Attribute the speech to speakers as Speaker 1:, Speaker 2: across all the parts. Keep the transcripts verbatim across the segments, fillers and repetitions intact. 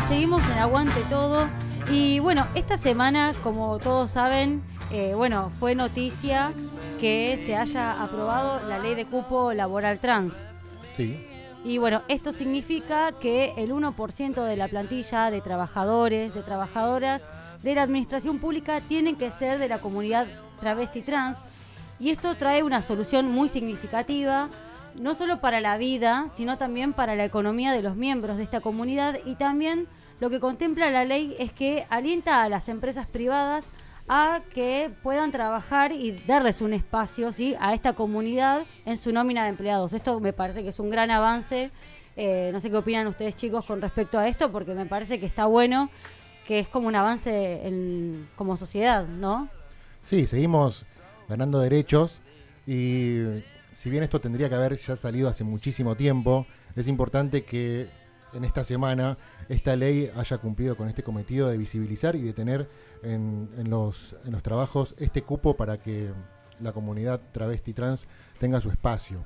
Speaker 1: seguimos en Aguante Todo. Y bueno, esta semana, como todos saben, eh, bueno, fue noticia que se haya aprobado la ley de cupo laboral trans.
Speaker 2: Sí.
Speaker 1: Y bueno, esto significa que el uno por ciento de la plantilla de trabajadores, de trabajadoras de la administración pública tienen que ser de la comunidad travesti trans. Y esto trae una solución muy significativa, no solo para la vida, sino también para la economía de los miembros de esta comunidad. Y también lo que contempla la ley es que alienta a las empresas privadas a que puedan trabajar y darles un espacio, ¿sí?, a esta comunidad en su nómina de empleados. Esto me parece que es un gran avance. Eh, no sé qué opinan ustedes, chicos, con respecto a esto, porque me parece que está bueno, que es como un avance en, como sociedad, ¿no?
Speaker 2: Sí, seguimos ganando derechos y si bien esto tendría que haber ya salido hace muchísimo tiempo, es importante que en esta semana esta ley haya cumplido con este cometido de visibilizar y de tener en, en, los, en los trabajos este cupo para que la comunidad travesti trans tenga su espacio.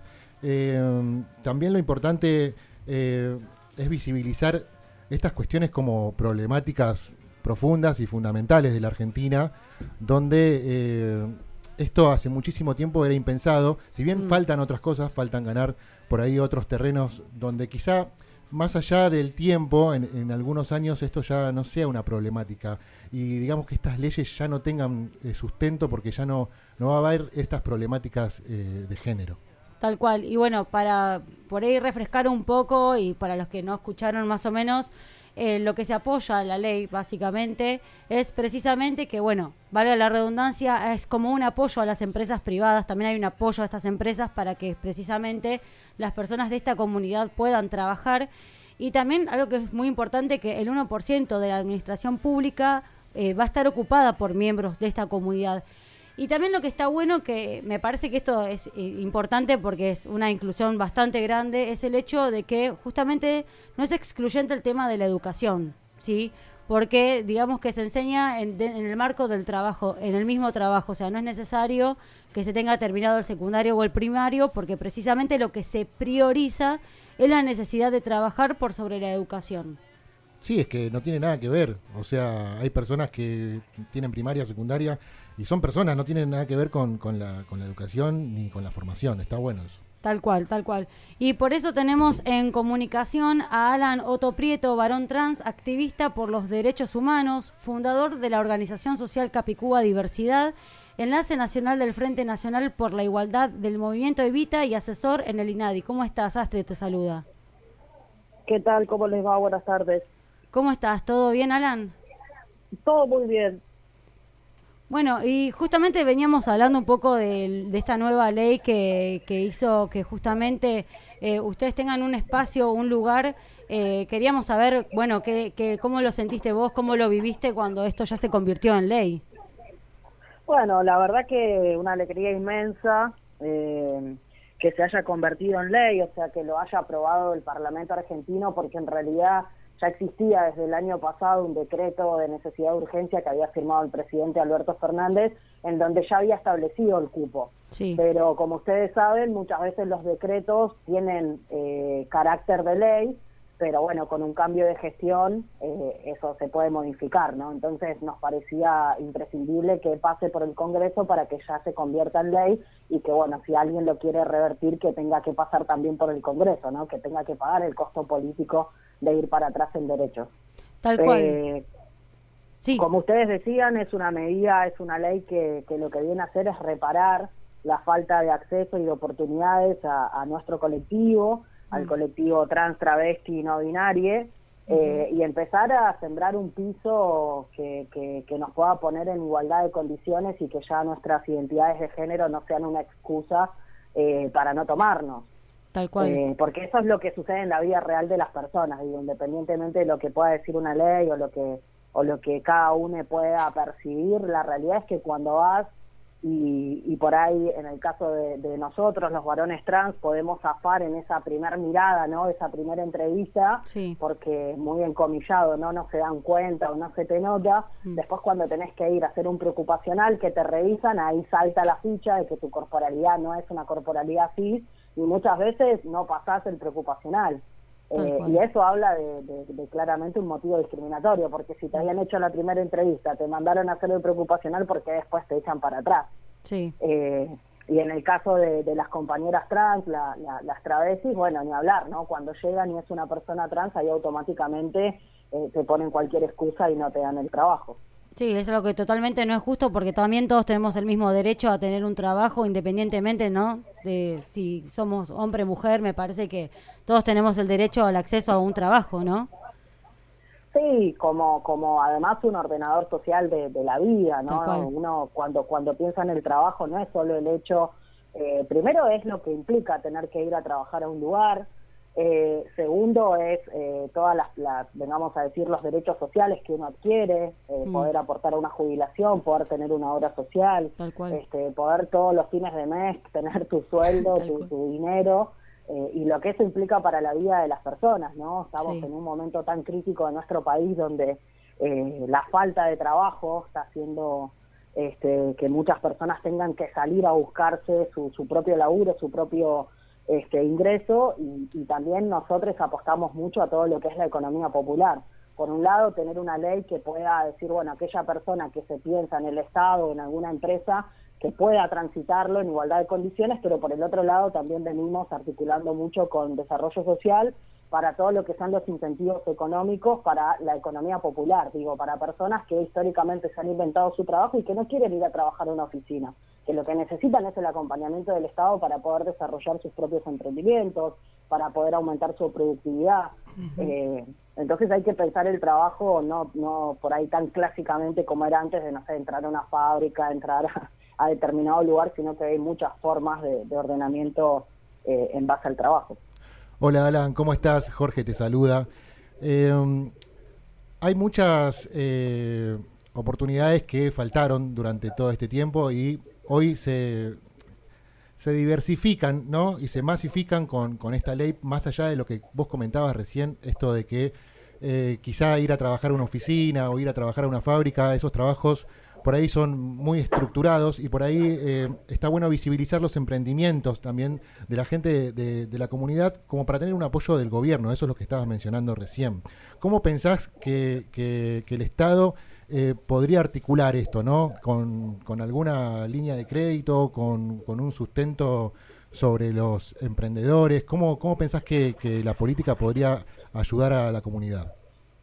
Speaker 2: Eh, también lo importante eh, es visibilizar estas cuestiones como problemáticas profundas y fundamentales de la Argentina, donde eh, esto hace muchísimo tiempo era impensado. Si bien mm. faltan otras cosas, faltan ganar por ahí otros terrenos donde quizá más allá del tiempo, en, en algunos años esto ya no sea una problemática y digamos que estas leyes ya no tengan eh, sustento porque ya no, no va a haber estas problemáticas eh, de género.
Speaker 1: Tal cual. Y bueno, para por ahí refrescar un poco y para los que no escucharon más o menos, eh, lo que se apoya a la ley básicamente es precisamente que, bueno, valga la redundancia, es como un apoyo a las empresas privadas. También hay un apoyo a estas empresas para que precisamente las personas de esta comunidad puedan trabajar. Y también algo que es muy importante, que el uno por ciento de la administración pública eh, va a estar ocupada por miembros de esta comunidad. Y también lo que está bueno, que me parece que esto es eh, importante porque es una inclusión bastante grande, es el hecho de que justamente no es excluyente el tema de la educación, ¿sí? Porque digamos que se enseña en, de, en el marco del trabajo, en el mismo trabajo, o sea, no es necesario que se tenga terminado el secundario o el primario, porque precisamente lo que se prioriza es la necesidad de trabajar por sobre la educación.
Speaker 2: Sí, es que no tiene nada que ver, o sea, hay personas que tienen primaria, secundaria, y son personas, no tienen nada que ver con, con, la, con la educación ni con la formación, está bueno eso.
Speaker 1: Tal cual, tal cual. Y por eso tenemos en comunicación a Alan Otto Prieto, varón trans, activista por los derechos humanos, fundador de la organización social Capicúa Diversidad, enlace nacional del Frente Nacional por la Igualdad del Movimiento Evita y asesor en el INADI. ¿Cómo estás? Astrid te saluda.
Speaker 3: ¿Qué tal? ¿Cómo les va? Buenas tardes.
Speaker 1: ¿Cómo estás? ¿Todo bien, Alan?
Speaker 3: Todo muy bien.
Speaker 1: Bueno, y justamente veníamos hablando un poco de, de esta nueva ley que, que hizo que justamente eh, ustedes tengan un espacio, un lugar. Eh, queríamos saber, bueno, que, que, cómo lo sentiste vos, cómo lo viviste cuando esto ya se convirtió en ley.
Speaker 3: Bueno, la verdad que una alegría inmensa eh, que se haya convertido en ley, o sea, que lo haya aprobado el Parlamento argentino, porque en realidad ya existía desde el año pasado un decreto de necesidad de urgencia que había firmado el presidente Alberto Fernández, en donde ya había establecido el cupo.
Speaker 1: Sí.
Speaker 3: Pero como ustedes saben, muchas veces los decretos tienen eh, carácter de ley, pero bueno, con un cambio de gestión eh, eso se puede modificar, ¿no? Entonces nos parecía imprescindible que pase por el Congreso para que ya se convierta en ley y que, bueno, si alguien lo quiere revertir, que tenga que pasar también por el Congreso, ¿no? Que tenga que pagar el costo político de ir para atrás en derechos.
Speaker 1: Tal cual.
Speaker 3: Eh,
Speaker 1: sí.
Speaker 3: Como ustedes decían, es una medida, es una ley que, que lo que viene a hacer es reparar la falta de acceso y de oportunidades a, a nuestro colectivo, mm. al colectivo trans, travesti y no binario, uh-huh. eh, y empezar a sembrar un piso que, que, que nos pueda poner en igualdad de condiciones y que ya nuestras identidades de género no sean una excusa eh, para no tomarnos.
Speaker 1: Tal cual.
Speaker 3: Eh, porque eso es lo que sucede en la vida real de las personas, digo, independientemente de lo que pueda decir una ley o lo que o lo que cada uno pueda percibir, la realidad es que cuando vas y, y por ahí, en el caso de, de nosotros, los varones trans, podemos zafar en esa primer mirada, ¿no? Esa primera entrevista,
Speaker 1: sí.
Speaker 3: porque muy encomillado, ¿no? No se dan cuenta o no se te nota. Mm. Después, cuando tenés que ir a hacer un preocupacional que te revisan, ahí salta la ficha de que tu corporalidad no es una corporalidad cis, y muchas veces no pasás el preocupacional. Eh, y eso habla de, de, de claramente un motivo discriminatorio, porque si te habían hecho la primera entrevista, te mandaron a hacer el preocupacional, porque después te echan para atrás.
Speaker 1: Sí.
Speaker 3: Eh, y en el caso de, de las compañeras trans, la, la, las travestis, bueno, ni hablar, ¿no? Cuando llegan y es una persona trans, ahí automáticamente eh, te ponen cualquier excusa y no te dan el trabajo.
Speaker 1: Sí, es algo que totalmente no es justo, porque también todos tenemos el mismo derecho a tener un trabajo independientemente, ¿no? De si somos hombre o mujer, me parece que todos tenemos el derecho al acceso a un trabajo, ¿no?
Speaker 3: Sí, como como además un ordenador social de, de la vida, ¿no? Uno cuando cuando piensa en el trabajo no es solo el hecho, eh, primero es lo que implica tener que ir a trabajar a un lugar. Eh, segundo es eh, todas las, las, vengamos a decir, los derechos sociales que uno adquiere, eh, mm. poder aportar a una jubilación, poder tener una obra social, este, poder todos los fines de mes tener tu sueldo, tu, tu dinero, eh, y lo que eso implica para la vida de las personas, ¿no? Estamos sí. en un momento tan crítico de nuestro país donde eh, la falta de trabajo está haciendo este, que muchas personas tengan que salir a buscarse su, su propio laburo, su propio este ingreso, y, y también nosotros apostamos mucho a todo lo que es la economía popular. Por un lado, tener una ley que pueda decir, bueno, aquella persona que se piensa en el Estado o en alguna empresa, que pueda transitarlo en igualdad de condiciones, pero por el otro lado también venimos articulando mucho con desarrollo social para todo lo que son los incentivos económicos para la economía popular, digo, para personas que históricamente se han inventado su trabajo y que no quieren ir a trabajar a una oficina, que lo que necesitan es el acompañamiento del Estado para poder desarrollar sus propios emprendimientos, para poder aumentar su productividad. Uh-huh. Eh, entonces hay que pensar el trabajo no no por ahí tan clásicamente como era antes de, no sé, entrar a una fábrica, entrar a, a determinado lugar, sino que hay muchas formas de, de ordenamiento eh, en base al trabajo.
Speaker 2: Hola Alan, ¿cómo estás? Jorge te saluda. Eh, hay muchas eh, oportunidades que faltaron durante todo este tiempo y hoy se, se diversifican, ¿no? Y se masifican con, con esta ley, más allá de lo que vos comentabas recién, esto de que eh, quizá ir a trabajar a una oficina o ir a trabajar a una fábrica, esos trabajos por ahí son muy estructurados y por ahí eh, está bueno visibilizar los emprendimientos también de la gente de, de, de la comunidad como para tener un apoyo del gobierno. Eso es lo que estabas mencionando recién. ¿Cómo pensás que, que, que el Estado eh, podría articular esto, ¿no? Con, con alguna línea de crédito, con, con un sustento sobre los emprendedores. ¿Cómo, cómo pensás que, que la política podría ayudar a la comunidad?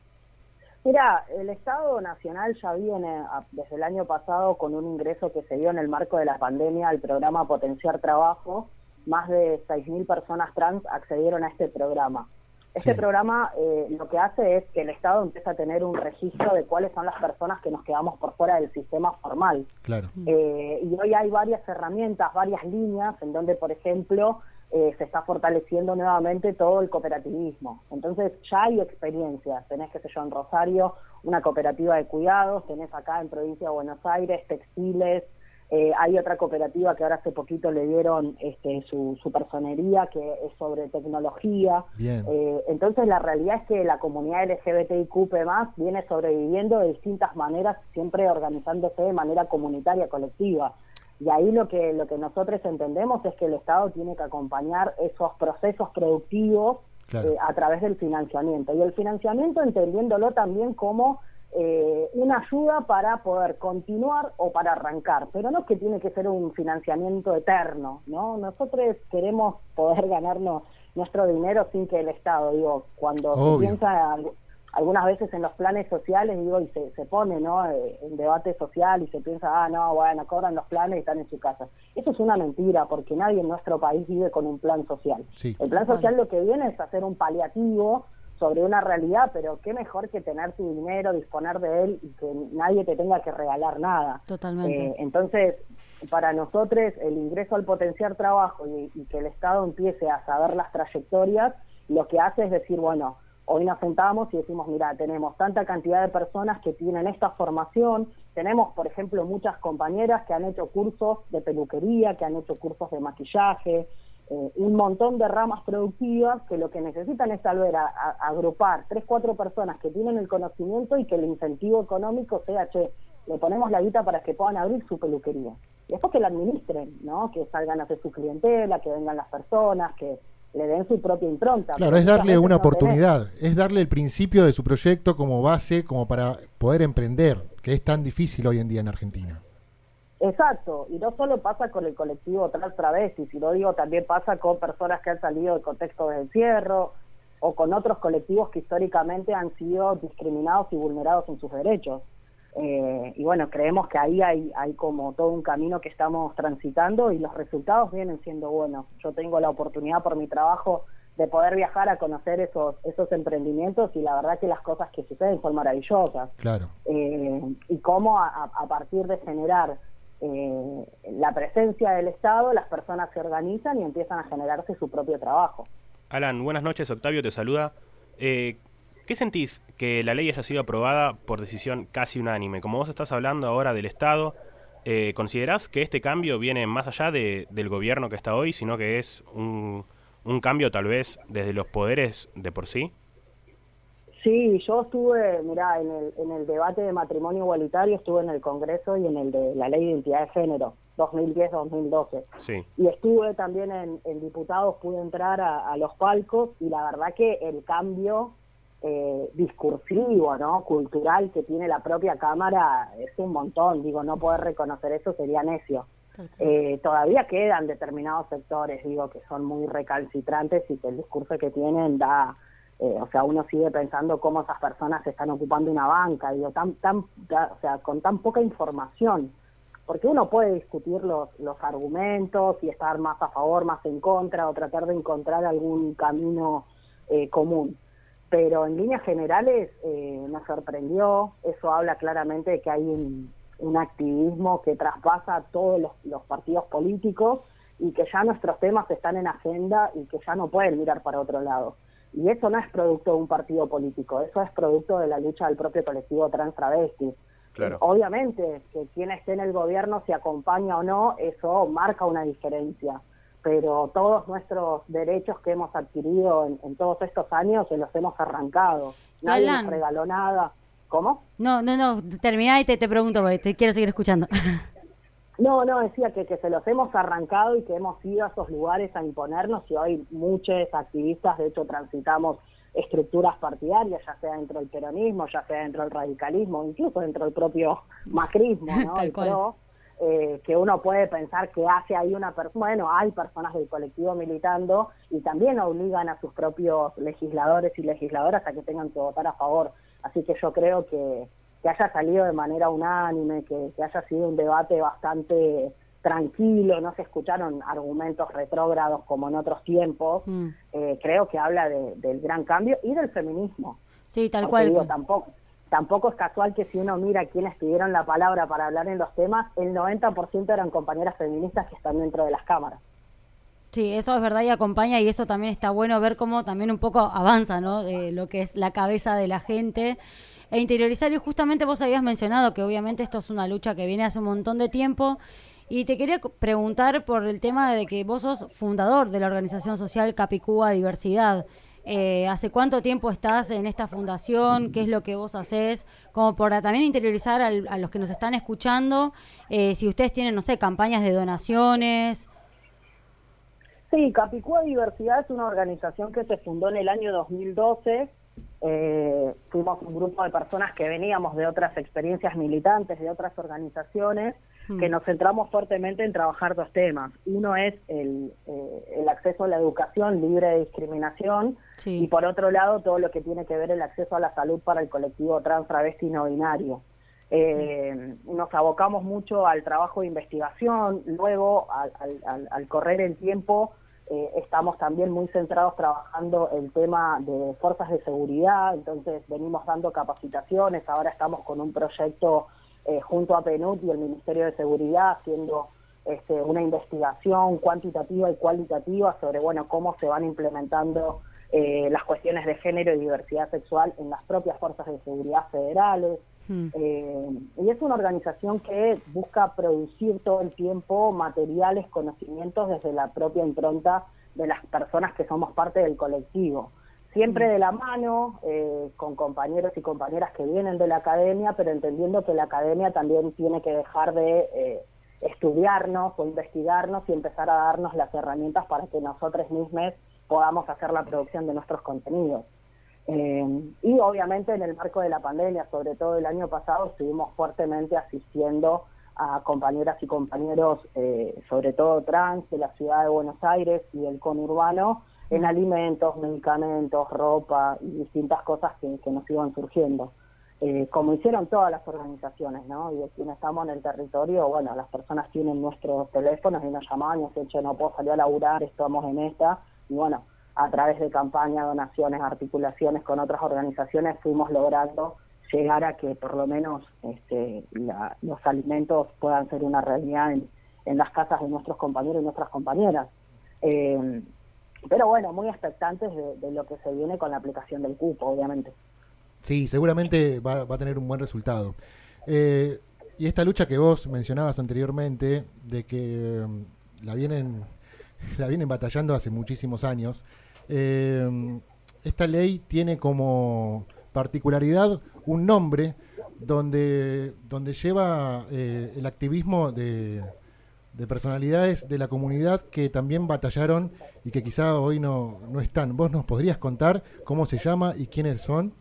Speaker 3: Mira, el Estado Nacional ya viene a, desde el año pasado con un ingreso que se dio en el marco de la pandemia al programa Potenciar Trabajo. Más de seis mil personas trans accedieron a este programa. Este sí. programa eh, lo que hace es que el Estado empieza a tener un registro de cuáles son las personas que nos quedamos por fuera del sistema formal.
Speaker 2: Claro.
Speaker 3: Eh, y hoy hay varias herramientas, varias líneas en donde, por ejemplo, Eh, se está fortaleciendo nuevamente todo el cooperativismo. Entonces ya hay experiencias, tenés, qué sé yo, en Rosario una cooperativa de cuidados, tenés acá en Provincia de Buenos Aires textiles, eh, hay otra cooperativa que ahora hace poquito le dieron este, su, su personería, que es sobre tecnología.
Speaker 2: Bien.
Speaker 3: Eh, entonces la realidad es que la comunidad L G B T I Q P más, viene sobreviviendo de distintas maneras, siempre organizándose de manera comunitaria, colectiva. Y ahí lo que lo que nosotros entendemos es que el Estado tiene que acompañar esos procesos productivos claro. eh, a través del financiamiento. Y el financiamiento entendiéndolo también como eh, una ayuda para poder continuar o para arrancar. Pero no es que tiene que ser un financiamiento eterno, ¿no? Nosotros queremos poder ganarnos nuestro dinero sin que el Estado, digo, cuando Obvio. se piensa algunas veces en los planes sociales, digo, y se, se pone, ¿no?, en debate social y se piensa, ah, no, bueno, cobran los planes y están en su casa. Eso es una mentira, porque nadie en nuestro país vive con un plan social.
Speaker 2: Sí.
Speaker 3: El plan social lo que viene es hacer un paliativo sobre una realidad, pero qué mejor que tener tu dinero, disponer de él y que nadie te tenga que regalar nada.
Speaker 1: Totalmente.
Speaker 3: Eh, entonces, para nosotros, el ingreso al potenciar trabajo y, y que el Estado empiece a saber las trayectorias, lo que hace es decir, bueno, hoy nos sentamos y decimos, mira, tenemos tanta cantidad de personas que tienen esta formación, tenemos, por ejemplo, muchas compañeras que han hecho cursos de peluquería, que han hecho cursos de maquillaje, eh, un montón de ramas productivas que lo que necesitan es tal vez a, a, agrupar tres, cuatro personas que tienen el conocimiento y que el incentivo económico sea, che, le ponemos la guita para que puedan abrir su peluquería. Y después que la administren, ¿no? Que salgan a hacer su clientela, que vengan las personas, que le den su propia impronta.
Speaker 2: Claro, es darle una
Speaker 3: no
Speaker 2: oportunidad, tenés. es darle el principio de su proyecto como base, como para poder emprender, que es tan difícil hoy en día en Argentina.
Speaker 3: Exacto, y no solo pasa con el colectivo trans travesti, sino digo, también pasa con personas que han salido del contexto de encierro, o con otros colectivos que históricamente han sido discriminados y vulnerados en sus derechos. Eh, y bueno, creemos que ahí hay, hay como todo un camino que estamos transitando y los resultados vienen siendo buenos. Yo tengo la oportunidad por mi trabajo de poder viajar a conocer esos esos emprendimientos y la verdad que las cosas que suceden son maravillosas.
Speaker 2: Claro.
Speaker 3: Eh, y cómo a, a partir de generar eh, la presencia del Estado, las personas se organizan y empiezan a generarse su propio trabajo.
Speaker 4: Alan, buenas noches, Octavio te saluda. Eh, ¿Qué sentís que la ley haya sido aprobada por decisión casi unánime? Como vos estás hablando ahora del Estado, eh, ¿considerás que este cambio viene más allá de, del gobierno que está hoy, sino que es un, un cambio tal vez desde los poderes de por sí?
Speaker 3: Sí, yo estuve, mirá, en el, en el debate de matrimonio igualitario, estuve en el Congreso y en el de la Ley de Identidad de Género, dos mil diez dos mil doce.
Speaker 4: Sí.
Speaker 3: Y estuve también en, en diputados, pude entrar a, a los palcos y la verdad que el cambio eh, discursivo, ¿no?, cultural que tiene la propia Cámara es un montón. Digo, no poder reconocer eso sería necio. Eh, todavía quedan determinados sectores, digo, que son muy recalcitrantes y que el discurso que tienen da... Eh, o sea, uno sigue pensando cómo esas personas están ocupando una banca, digo, tan, tan, o sea, con tan poca información, porque uno puede discutir los, los argumentos y estar más a favor, más en contra, o tratar de encontrar algún camino eh, común, pero en líneas generales eh, nos sorprendió. Eso habla claramente de que hay un, un activismo que traspasa a todos los, los partidos políticos y que ya nuestros temas están en agenda y que ya no pueden mirar para otro lado. Y eso no es producto de un partido político, eso es producto de la lucha del propio colectivo trans travesti.
Speaker 4: Claro.
Speaker 3: Obviamente, que quien esté en el gobierno, si acompaña o no, eso marca una diferencia. Pero todos nuestros derechos que hemos adquirido en, en todos estos años se los hemos arrancado. Nadie
Speaker 1: Alan.
Speaker 3: nos regaló nada. ¿Cómo?
Speaker 1: No, no, no, terminá y te, te pregunto, porque te quiero seguir escuchando.
Speaker 3: No, no, decía que, que se los hemos arrancado y que hemos ido a esos lugares a imponernos y hoy muchos activistas, de hecho, transitamos estructuras partidarias, ya sea dentro del peronismo, ya sea dentro del radicalismo, incluso dentro del propio macrismo, ¿no?
Speaker 1: Tal
Speaker 3: el
Speaker 1: cual.
Speaker 3: PRO, eh, que uno puede pensar que hace ahí una persona, bueno, hay personas del colectivo militando y también obligan a sus propios legisladores y legisladoras a que tengan que votar a favor. Así que yo creo que que haya salido de manera unánime, que, que haya sido un debate bastante tranquilo, no se escucharon argumentos retrógrados como en otros tiempos, mm. eh, creo que habla de, del gran cambio y del feminismo.
Speaker 1: Sí, tal
Speaker 3: Porque,
Speaker 1: cual.
Speaker 3: Digo, tampoco, tampoco es casual que si uno mira quiénes pidieron la palabra para hablar en los temas, el noventa por ciento eran compañeras feministas que están dentro de las cámaras.
Speaker 1: Sí, eso es verdad y acompaña, y eso también está bueno ver cómo también un poco avanza, ¿no?, de lo que es la cabeza de la gente e interiorizar. Y justamente vos habías mencionado que obviamente esto es una lucha que viene hace un montón de tiempo, y te quería preguntar por el tema de que vos sos fundador de la organización social Capicúa Diversidad. Eh, ¿Hace cuánto tiempo estás en esta fundación? ¿Qué es lo que vos hacés? Como para también interiorizar al, a los que nos están escuchando, eh, si ustedes tienen, no sé, campañas de donaciones.
Speaker 3: Sí, Capicúa Diversidad es una organización que se fundó en el año dos mil doce. Eh, fuimos un grupo de personas que veníamos de otras experiencias militantes, de otras organizaciones, mm. que nos centramos fuertemente en trabajar dos temas. Uno es el, eh, el acceso a la educación libre de discriminación, sí. y por otro lado todo lo que tiene que ver el acceso a la salud para el colectivo trans, travesti y no binario. Eh, mm. Nos abocamos mucho al trabajo de investigación, luego al, al, al correr el tiempo Eh, estamos también muy centrados trabajando el tema de fuerzas de seguridad, entonces venimos dando capacitaciones, ahora estamos con un proyecto eh, junto a PNUD y el Ministerio de Seguridad haciendo este, una investigación cuantitativa y cualitativa sobre, bueno, cómo se van implementando eh, las cuestiones de género y diversidad sexual en las propias fuerzas de seguridad federales. Mm. Eh, y es una organización que busca producir todo el tiempo materiales, conocimientos desde la propia impronta de las personas que somos parte del colectivo. Siempre mm. de la mano, eh, con compañeros y compañeras que vienen de la academia, pero entendiendo que la academia también tiene que dejar de eh, estudiarnos o investigarnos y empezar a darnos las herramientas para que nosotros mismos podamos hacer la producción de nuestros contenidos. Eh, y obviamente en el marco de la pandemia, sobre todo el año pasado, estuvimos fuertemente asistiendo a compañeras y compañeros, eh, sobre todo trans, de la ciudad de Buenos Aires y del conurbano, en alimentos, medicamentos, ropa y distintas cosas que, que nos iban surgiendo. Eh, como hicieron todas las organizaciones, ¿no? Y de quienes estamos en el territorio, bueno, las personas tienen nuestros teléfonos y nos llamaban y nos decían, no puedo salir a laburar, estamos en esta, y bueno, a través de campañas, donaciones, articulaciones con otras organizaciones, fuimos logrando llegar a que por lo menos este, la, los alimentos puedan ser una realidad en, en las casas de nuestros compañeros y nuestras compañeras. Eh, pero bueno, muy expectantes de, de lo que se viene con la aplicación del cupo, obviamente.
Speaker 2: Sí, seguramente va, va a tener un buen resultado. Eh, y esta lucha que vos mencionabas anteriormente, de que um, la vienen la vienen batallando hace muchísimos años, eh, esta ley tiene como particularidad un nombre donde, donde lleva eh, el activismo de, de personalidades de la comunidad que también batallaron y que quizá hoy no, no están. ¿Vos nos podrías contar cómo se llama y quiénes son?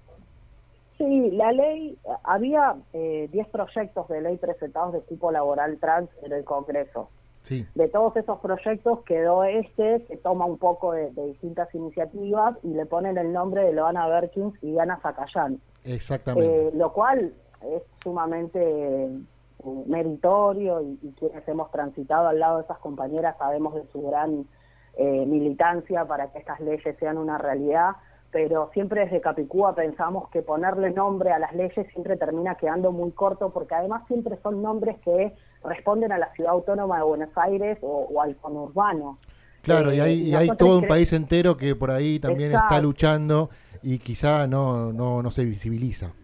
Speaker 3: Sí, la ley, había eh, diez proyectos de ley presentados de cupo laboral trans en el Congreso.
Speaker 2: Sí.
Speaker 3: De todos esos proyectos quedó este, que toma un poco de, de distintas iniciativas y le ponen el nombre de Loana Berkins y Diana Zacayán.
Speaker 2: Exactamente.
Speaker 3: Eh, lo cual es sumamente eh, meritorio y, y quienes hemos transitado al lado de esas compañeras sabemos de su gran eh, militancia para que estas leyes sean una realidad. Pero siempre desde Capicúa pensamos que ponerle nombre a las leyes siempre termina quedando muy corto, porque además siempre son nombres que responden a la ciudad autónoma de Buenos Aires o, o al conurbano.
Speaker 2: Claro,
Speaker 3: eh,
Speaker 2: y hay, y hay todo un país entero que por ahí también
Speaker 3: Exacto.
Speaker 2: está luchando y quizá no, no, no se visibiliza.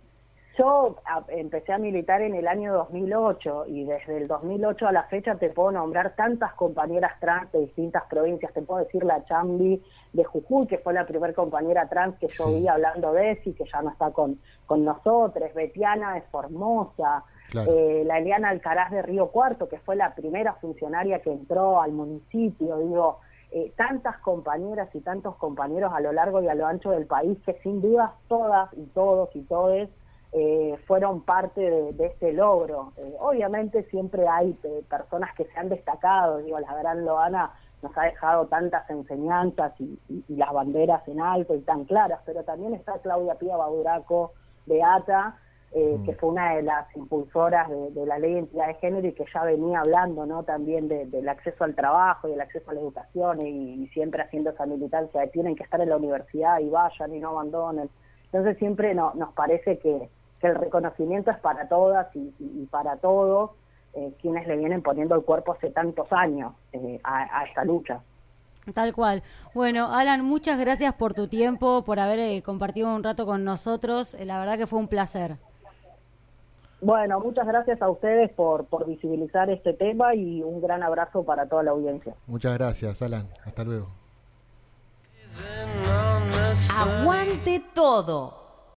Speaker 3: Yo a, empecé a militar en el año dos mil ocho y desde el dos mil ocho a la fecha te puedo nombrar tantas compañeras trans de distintas provincias. Te puedo decir la Chambi de Jujuy, que fue la primera compañera trans que yo sí. vi hablando de eso y que ya no está con, con nosotros. Betiana de Formosa, claro. eh, la Eliana Alcaraz de Río Cuarto, que fue la primera funcionaria que entró al municipio. Digo, eh, tantas compañeras y tantos compañeros a lo largo y a lo ancho del país que sin dudas todas y todos y todes Eh, fueron parte de, de este logro. Eh, obviamente siempre hay eh, personas que se han destacado, digo, la gran Loana nos ha dejado tantas enseñanzas y, y, y las banderas en alto y tan claras, pero también está Claudia Pía Bauduraco de ATA, eh, mm. que fue una de las impulsoras de, de la ley de identidad de género y que ya venía hablando, ¿no?, también de, del acceso al trabajo y el acceso a la educación y, y siempre haciendo esa militancia de tienen que estar en la universidad y vayan y no abandonen. Entonces siempre no, nos parece que que el reconocimiento es para todas y, y, y para todos eh, quienes le vienen poniendo el cuerpo hace tantos años eh, a, a esta lucha.
Speaker 1: Tal cual. Bueno, Alan, muchas gracias por tu tiempo, por haber eh, compartido un rato con nosotros. Eh, la verdad que fue un placer.
Speaker 3: Bueno, muchas gracias a ustedes por, por visibilizar este tema y un gran abrazo para toda la audiencia.
Speaker 2: Muchas gracias, Alan. Hasta luego.
Speaker 5: Aguante todo.